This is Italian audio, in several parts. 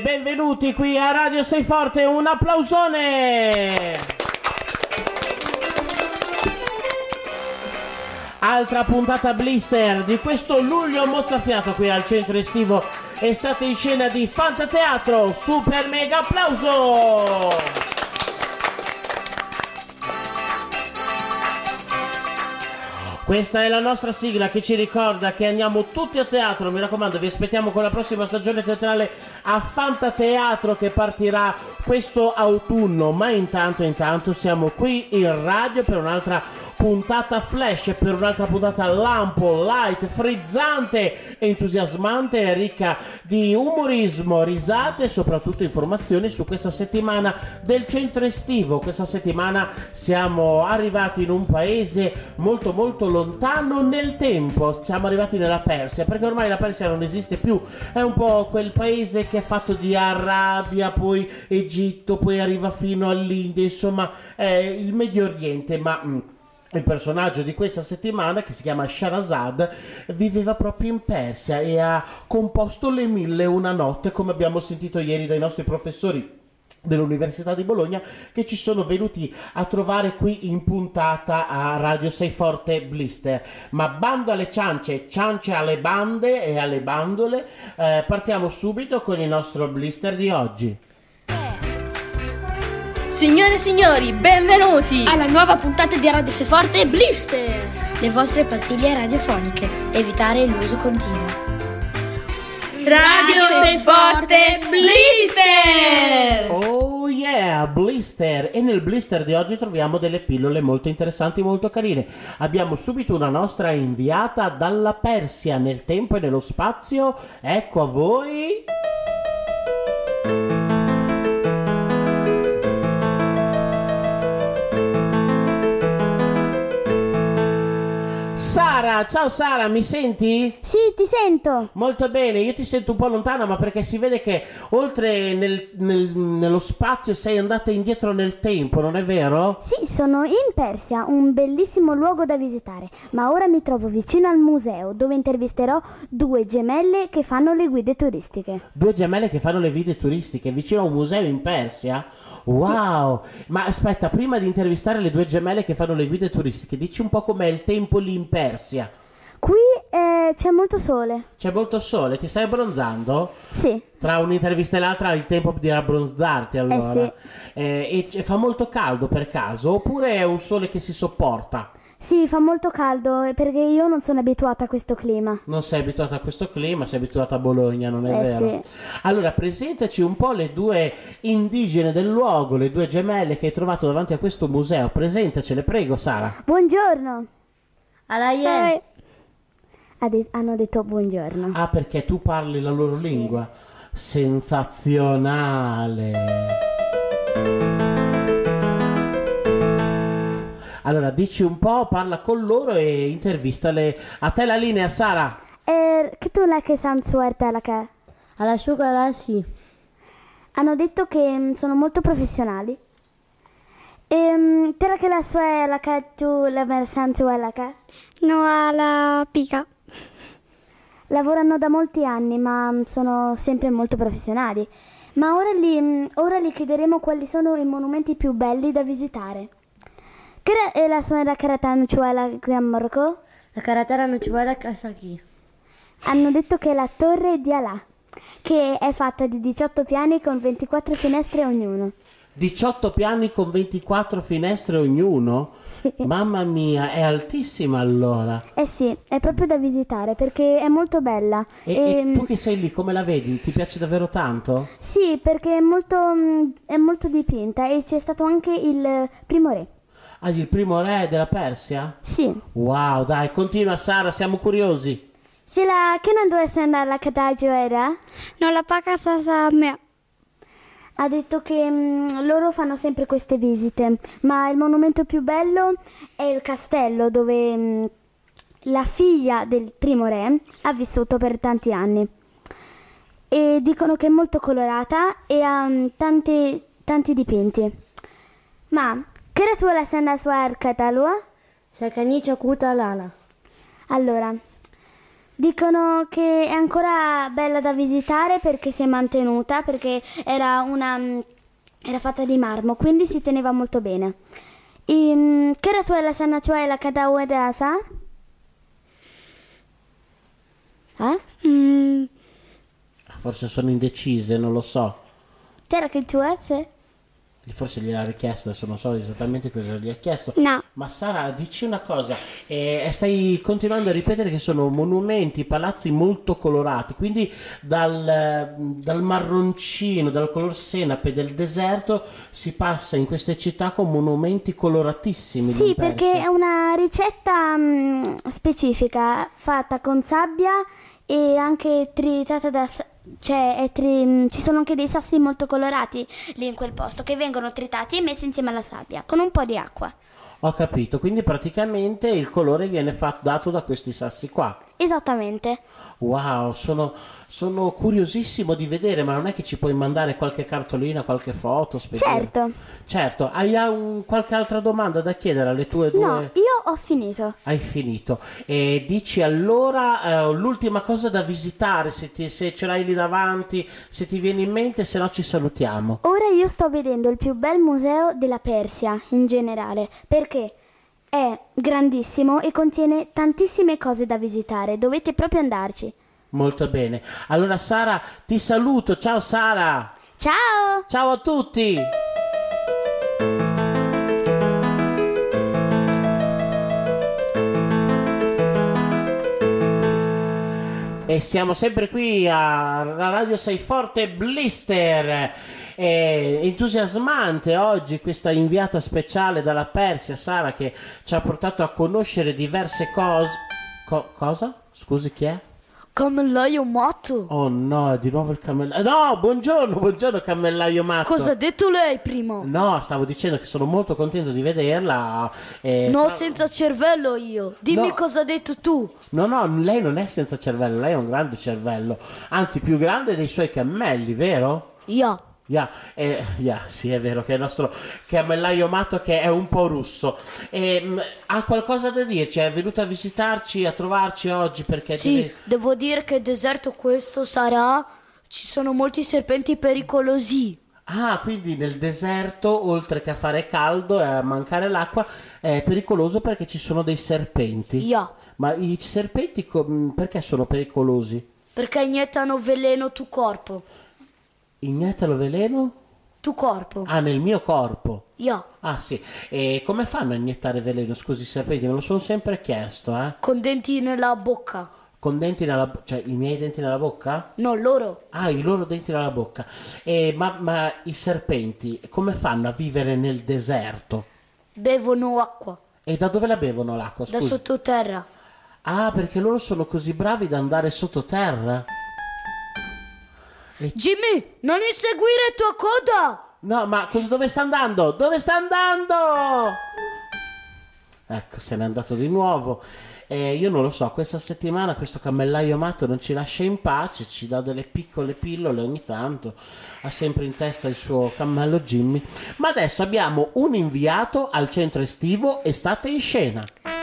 benvenuti qui a Radio Sei Forte, un applausone! Altra puntata blister di questo luglio mozzafiato qui al centro estivo, estate in scena di Fantateatro, super mega applauso! Questa è la nostra sigla che ci ricorda che andiamo tutti a teatro, mi raccomando, vi aspettiamo con la prossima stagione teatrale a Fantateatro che partirà questo autunno, ma intanto siamo qui in radio per un'altra puntata flash, per un'altra puntata lampo, light, frizzante, entusiasmante e ricca di umorismo, risate e soprattutto informazioni su questa settimana del centro estivo. Questa settimana siamo arrivati in un paese molto molto lontano nel tempo, siamo arrivati nella Persia, perché ormai la Persia non esiste più, è un po' quel paese che è fatto di Arabia, poi Egitto, poi arriva fino all'India, insomma è il Medio Oriente, ma il personaggio di questa settimana, che si chiama Shahrazad, viveva proprio in Persia e ha composto le 1001 notte, come abbiamo sentito ieri dai nostri professori dell'Università di Bologna, che ci sono venuti a trovare qui in puntata a Radio Sei Forte Blister. Ma bando alle ciance, ciance alle bande e alle bandole, partiamo subito con il nostro blister di oggi. Signore e signori, benvenuti alla nuova puntata di Radio Sei Forte Blister, le vostre pastiglie radiofoniche. Evitare l'uso continuo. Radio Sei Forte Blister! Oh yeah, blister! E nel blister di oggi troviamo delle pillole molto interessanti, molto carine. Abbiamo subito una nostra inviata dalla Persia, nel tempo e nello spazio. Ecco a voi... Sara, ciao Sara, mi senti? Sì, ti sento. Molto bene, io ti sento un po' lontana, ma perché si vede che oltre nello spazio sei andata indietro nel tempo, non è vero? Sì, sono in Persia, un bellissimo luogo da visitare, ma ora mi trovo vicino al museo dove intervisterò due gemelle che fanno le guide turistiche. Due gemelle che fanno le guide turistiche vicino a un museo in Persia? Wow! Sì. Ma aspetta, prima di intervistare le due gemelle che fanno le guide turistiche, dici un po' com'è il tempo lì in Persia. Qui c'è molto sole. C'è molto sole, ti stai abbronzando? Sì. Tra un'intervista e l'altra hai il tempo di abbronzarti allora. Sì. E fa molto caldo per caso? Oppure è un sole che si sopporta? Sì, fa molto caldo perché io non sono abituata a questo clima. Non sei abituata a questo clima, sei abituata a Bologna, non è vero? Sì. Allora, presentaci un po' le due indigene del luogo, le due gemelle che hai trovato davanti a questo museo. Presentacele, prego, Sara. Buongiorno. Alaye. Hanno detto buongiorno. Ah, perché tu parli la loro lingua? Sensazionale. Allora, dici un po', parla con loro e intervistale. A te la linea, Sara. Che tu la che san suerte la che? Alla sciuga sì. Hanno detto che sono molto professionali. Te la che la sua la che tu la san suerte la che? No, alla pica. Lavorano da molti anni, ma sono sempre molto professionali. Ma ora li chiederemo quali sono i monumenti più belli da visitare. Che è la sua caratanucciuela qui a Marocco? La caratanucciuela Kasaki. Hanno detto che è la torre di Alà, che è fatta di 18 piani con 24 finestre ognuno. 18 piani con 24 finestre ognuno? Sì. Mamma mia, è altissima allora. Eh sì, è proprio da visitare perché è molto bella. E tu che sei lì, come la vedi? Ti piace davvero tanto? Sì, perché è molto dipinta e c'è stato anche il primo re. Ah, il primo re della Persia? Sì. Wow, dai, continua Sara, siamo curiosi. Sì, che non dovesse andare alla Cadagio era? No, la paca sa mia. Ha detto che loro fanno sempre queste visite, ma il monumento più bello è il castello dove la figlia del primo re ha vissuto per tanti anni. E dicono che è molto colorata e ha tanti dipinti. Ma che era tua la senda sua arcatalua? Sakanicha kuta lala. Allora, Dicono che è ancora bella da visitare perché si è mantenuta, perché era fatta di marmo, quindi si teneva molto bene. Che suela sana la cada uedasa? Forse sono indecise, non lo so. Terra che tu hai? Forse gliel'ha richiesto, adesso non so esattamente cosa gli ha chiesto. No. Ma Sara, dici una cosa, stai continuando a ripetere che sono monumenti, palazzi molto colorati, quindi dal marroncino, dal color senape del deserto si passa in queste città con monumenti coloratissimi. Sì, perché è una ricetta specifica, fatta con sabbia e anche tritata ci sono anche dei sassi molto colorati lì in quel posto che vengono tritati e messi insieme alla sabbia con un po' di acqua. Ho capito, quindi praticamente il colore viene dato da questi sassi qua. Esattamente. Wow, sono curiosissimo di vedere, ma non è che ci puoi mandare qualche cartolina, qualche foto? Certo, hai qualche altra domanda da chiedere alle tue due? No, io ho finito. Hai finito. E dici allora l'ultima cosa da visitare, se ce l'hai lì davanti, se ti viene in mente, se no ci salutiamo. Ora io sto vedendo il più bel museo della Persia in generale, perché è grandissimo e contiene tantissime cose da visitare, dovete proprio andarci. Molto bene. Allora Sara, ti saluto. Ciao Sara. Ciao. Ciao a tutti. E siamo sempre qui a Radio Sei Forte Blister. È entusiasmante oggi questa inviata speciale dalla Persia, Sara, che ci ha portato a conoscere diverse cose. Cosa? Scusi, chi è? Cammellaio matto. Oh no, è di nuovo il cammellaio. No, buongiorno cammellaio matto. Cosa ha detto lei prima? No, stavo dicendo che sono molto contento di vederla. No, senza cervello io. Dimmi cosa hai detto tu. No, lei non è senza cervello, lei ha un grande cervello. Anzi, più grande dei suoi cammelli, vero? Sì, è vero che è il nostro cammellaio matto, che è un po' russo. Ha qualcosa da dirci? È venuto a visitarci, a trovarci oggi perché... Sì, devo dire che il deserto questo sarà... Ci sono molti serpenti pericolosi. Ah, quindi nel deserto, oltre che a fare caldo e a mancare l'acqua, è pericoloso perché ci sono dei serpenti. Ma i serpenti perché sono pericolosi? Perché iniettano veleno tu corpo. Iniettano veleno? Tu corpo. Ah, nel mio corpo? Ah, sì. E come fanno a iniettare veleno? Scusi, i serpenti, me lo sono sempre chiesto, Con denti nella bocca. Con denti cioè i miei denti nella bocca? No, loro. Ah, i loro denti nella bocca. Ma i serpenti come fanno a vivere nel deserto? Bevono acqua. E da dove la bevono l'acqua? Scusi. Da sottoterra. Ah, perché loro sono così bravi da andare sottoterra? Jimmy, non inseguire tua coda! No, ma dove sta andando? Dove sta andando? Ecco, se n'è andato di nuovo. Io non lo so, questa settimana questo cammellaio matto non ci lascia in pace, ci dà delle piccole pillole ogni tanto, ha sempre in testa il suo cammello Jimmy. Ma adesso abbiamo un inviato al centro estivo Estate in Scena.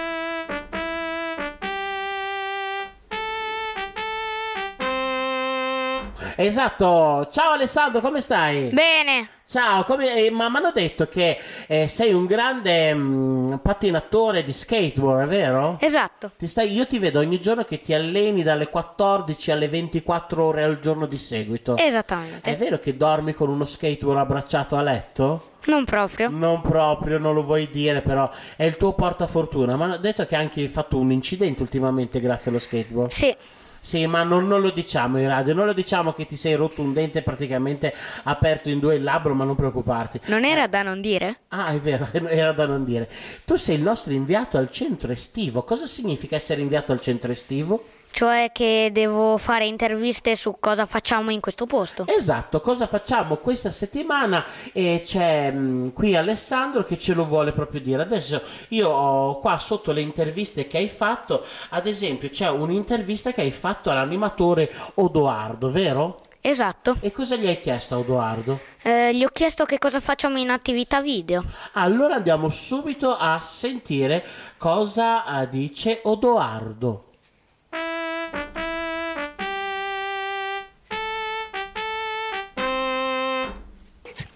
Esatto, ciao Alessandro, come stai? Bene. Ciao, ma mi hanno detto che sei un grande pattinatore di skateboard, è vero? Esatto. Io ti vedo ogni giorno che ti alleni dalle 14 alle 24 ore al giorno di seguito. Esattamente. È vero che dormi con uno skateboard abbracciato a letto? Non proprio. Non proprio, non lo vuoi dire, però è il tuo portafortuna. Ma hanno detto che anche hai fatto un incidente ultimamente grazie allo skateboard. Sì. Sì, ma non lo diciamo in radio, non lo diciamo che ti sei rotto un dente praticamente aperto in due il labbro, ma non preoccuparti. Non era da non dire? Ah, è vero, era da non dire. Tu sei il nostro inviato al centro estivo. Cosa significa essere inviato al centro estivo? Cioè che devo fare interviste su cosa facciamo in questo posto. Esatto, cosa facciamo questa settimana, e c'è qui Alessandro che ce lo vuole proprio dire. Adesso io ho qua sotto le interviste che hai fatto, ad esempio c'è un'intervista che hai fatto all'animatore Odoardo, vero? Esatto. E cosa gli hai chiesto a Odoardo? Gli ho chiesto che cosa facciamo in attività video. Allora andiamo subito a sentire cosa dice Odoardo.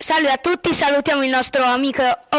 Salve a tutti, salutiamo il nostro amico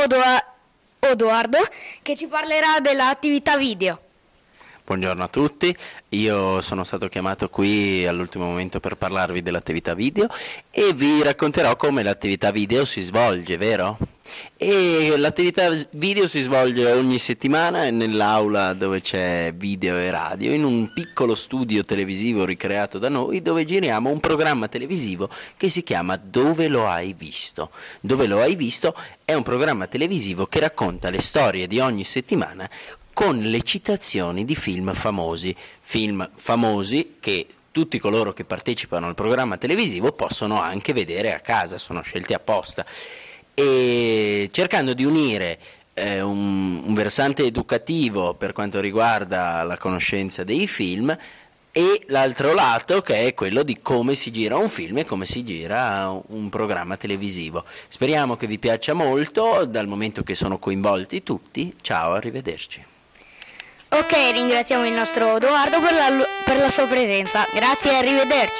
Odoardo che ci parlerà dell'attività video. Buongiorno a tutti, io sono stato chiamato qui all'ultimo momento per parlarvi dell'attività video e vi racconterò come l'attività video si svolge, vero? E l'attività video si svolge ogni settimana nell'aula dove c'è video e radio, in un piccolo studio televisivo ricreato da noi, dove giriamo un programma televisivo che si chiama Dove lo hai visto? Dove lo hai visto è un programma televisivo che racconta le storie di ogni settimana con le citazioni di film famosi che tutti coloro che partecipano al programma televisivo possono anche vedere a casa, sono scelti apposta, e cercando di unire un versante educativo per quanto riguarda la conoscenza dei film e l'altro lato che è quello di come si gira un film e come si gira un programma televisivo. Speriamo che vi piaccia molto, dal momento che sono coinvolti tutti. Ciao, arrivederci. Ok, ringraziamo il nostro Edoardo per la sua presenza. Grazie e arrivederci.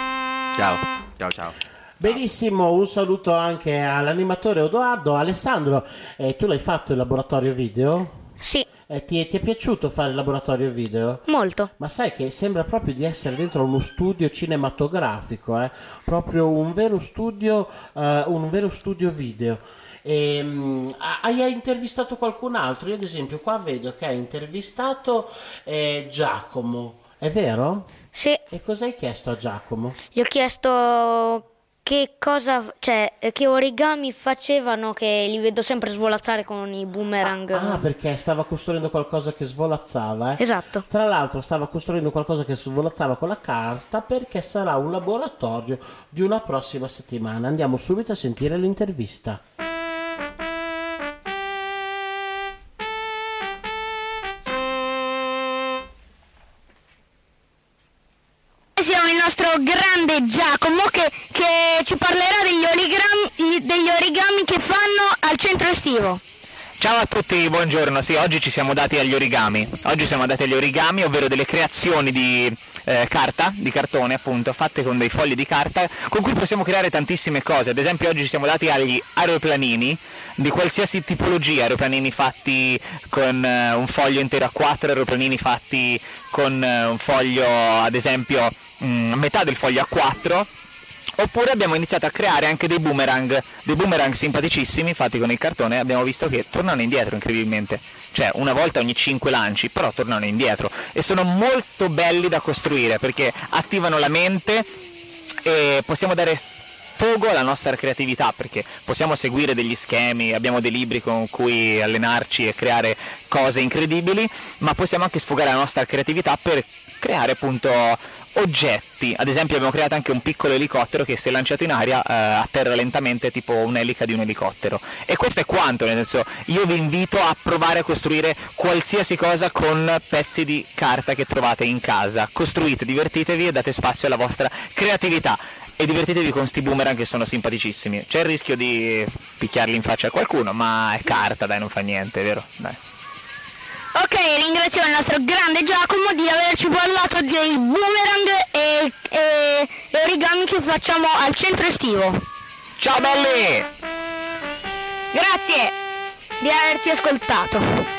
Ciao. Benissimo, un saluto anche all'animatore Edoardo. Alessandro, tu l'hai fatto il laboratorio video? Sì, Ti è piaciuto fare il laboratorio video? molto. Ma sai che sembra proprio di essere dentro uno studio cinematografico, proprio un vero studio video. Hai intervistato qualcun altro? Io ad esempio qua vedo che hai intervistato Giacomo, è vero? Sì, E cosa hai chiesto a Giacomo? gli ho chiesto che origami facevano, che li vedo sempre svolazzare con i boomerang. Ah, perché stava costruendo qualcosa che svolazzava, Esatto. Tra l'altro stava costruendo qualcosa che svolazzava con la carta perché sarà un laboratorio di una prossima settimana. Andiamo subito a sentire l'intervista. Siamo il nostro grande Giacomo che ci parlerà degli origami che fanno al centro estivo. Ciao a tutti, buongiorno. Sì, oggi ci siamo dati agli origami. Oggi siamo andati agli origami, ovvero delle creazioni di carta, di cartone appunto, fatte con dei fogli di carta con cui possiamo creare tantissime cose. Ad esempio oggi ci siamo dati agli aeroplanini di qualsiasi tipologia, aeroplanini fatti con un foglio intero A4, aeroplanini fatti con un foglio, ad esempio metà del foglio A4. Oppure abbiamo iniziato a creare anche dei boomerang simpaticissimi fatti con il cartone. Abbiamo visto che tornano indietro incredibilmente, cioè una volta ogni 5 lanci, però tornano indietro e sono molto belli da costruire perché attivano la mente e possiamo dare sfogo alla nostra creatività, perché possiamo seguire degli schemi, abbiamo dei libri con cui allenarci e creare cose incredibili, ma possiamo anche sfogare la nostra creatività per creare appunto oggetti. Ad esempio abbiamo creato anche un piccolo elicottero che se lanciato in aria atterra lentamente, tipo un'elica di un elicottero. E questo è quanto, nel senso, io vi invito a provare a costruire qualsiasi cosa con pezzi di carta che trovate in casa. Costruite, divertitevi e date spazio alla vostra creatività e divertitevi con sti boomerang che sono simpaticissimi. C'è il rischio di picchiarli in faccia a qualcuno, ma è carta, dai, non fa niente, vero? Dai. Ok, ringraziamo il nostro grande Giacomo di averci parlato dei boomerang e origami che facciamo al centro estivo. Ciao belli! Grazie di averci ascoltato.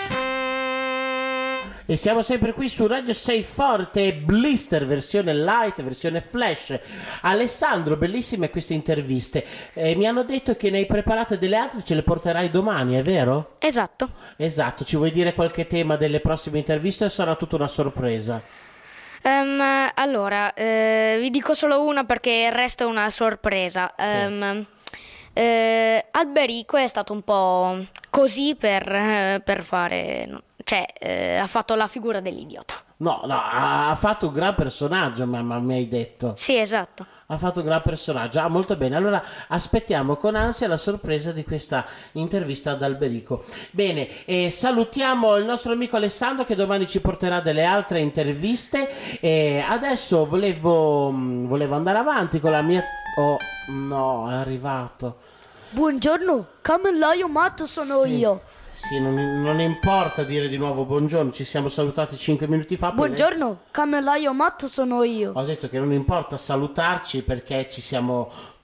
E siamo sempre qui su Radio 6 Forte, Blister, versione light, versione flash. Alessandro, bellissime queste interviste. Mi hanno detto che ne hai preparate delle altre, ce le porterai domani, è vero? Esatto. Esatto, ci vuoi dire qualche tema delle prossime interviste o sarà tutta una sorpresa? Allora, vi dico solo una perché il resto è una sorpresa. Sì. Alberico è stato un po' così per fare... Cioè, ha fatto la figura dell'idiota. No, ha fatto un gran personaggio, mamma, mi hai detto. Sì, esatto. Ha fatto un gran personaggio. Ah, molto bene. Allora aspettiamo con ansia la sorpresa di questa intervista ad Alberico. Bene, salutiamo il nostro amico Alessandro che domani ci porterà delle altre interviste. Adesso volevo andare avanti con la mia... Oh, no, è arrivato. Buongiorno, cammellaio matto sono Sì. io. Sì, non importa dire di nuovo buongiorno, ci siamo salutati 5 minuti fa. Buongiorno, cammellaio matto sono io. Ho detto che non importa salutarci perché ci siamo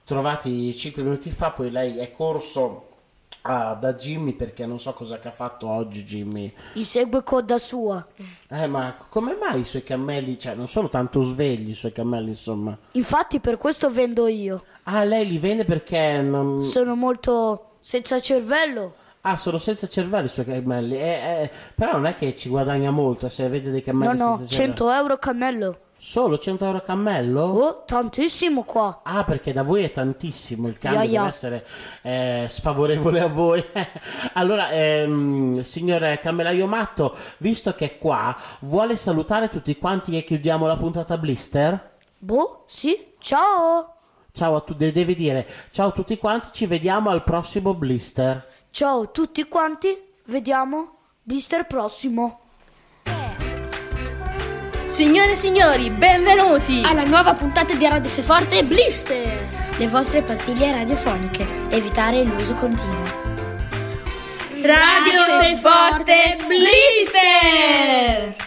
trovati 5 minuti fa, poi lei è corso da Jimmy perché non so cosa che ha fatto oggi Jimmy. Insegue coda sua. Ma come mai i suoi cammelli, cioè non sono tanto svegli i suoi cammelli, insomma? Infatti per questo vendo io. Ah, lei li vende perché non... Sono molto senza cervello. Ah, sono senza cervello i suoi cammelli. Però non è che ci guadagna molto se vede dei cammelli No, senza cervello. 100 euro cammello. Solo 100 euro a cammello? Oh, tantissimo qua. Ah, perché da voi è tantissimo, il cambio Ya. deve essere sfavorevole a voi. Allora, signor cammellaio matto, visto che è qua, vuole salutare tutti quanti e chiudiamo la puntata Blister? Boh, sì, ciao. Ciao a tutti, devi dire ciao a tutti quanti, ci vediamo al prossimo Blister. Ciao tutti quanti, vediamo Blister prossimo. Signore e signori, benvenuti alla nuova puntata di Radio Seforte Blister, Le vostre pastiglie radiofoniche. Evitare l'uso continuo. Radio Seforte Blister.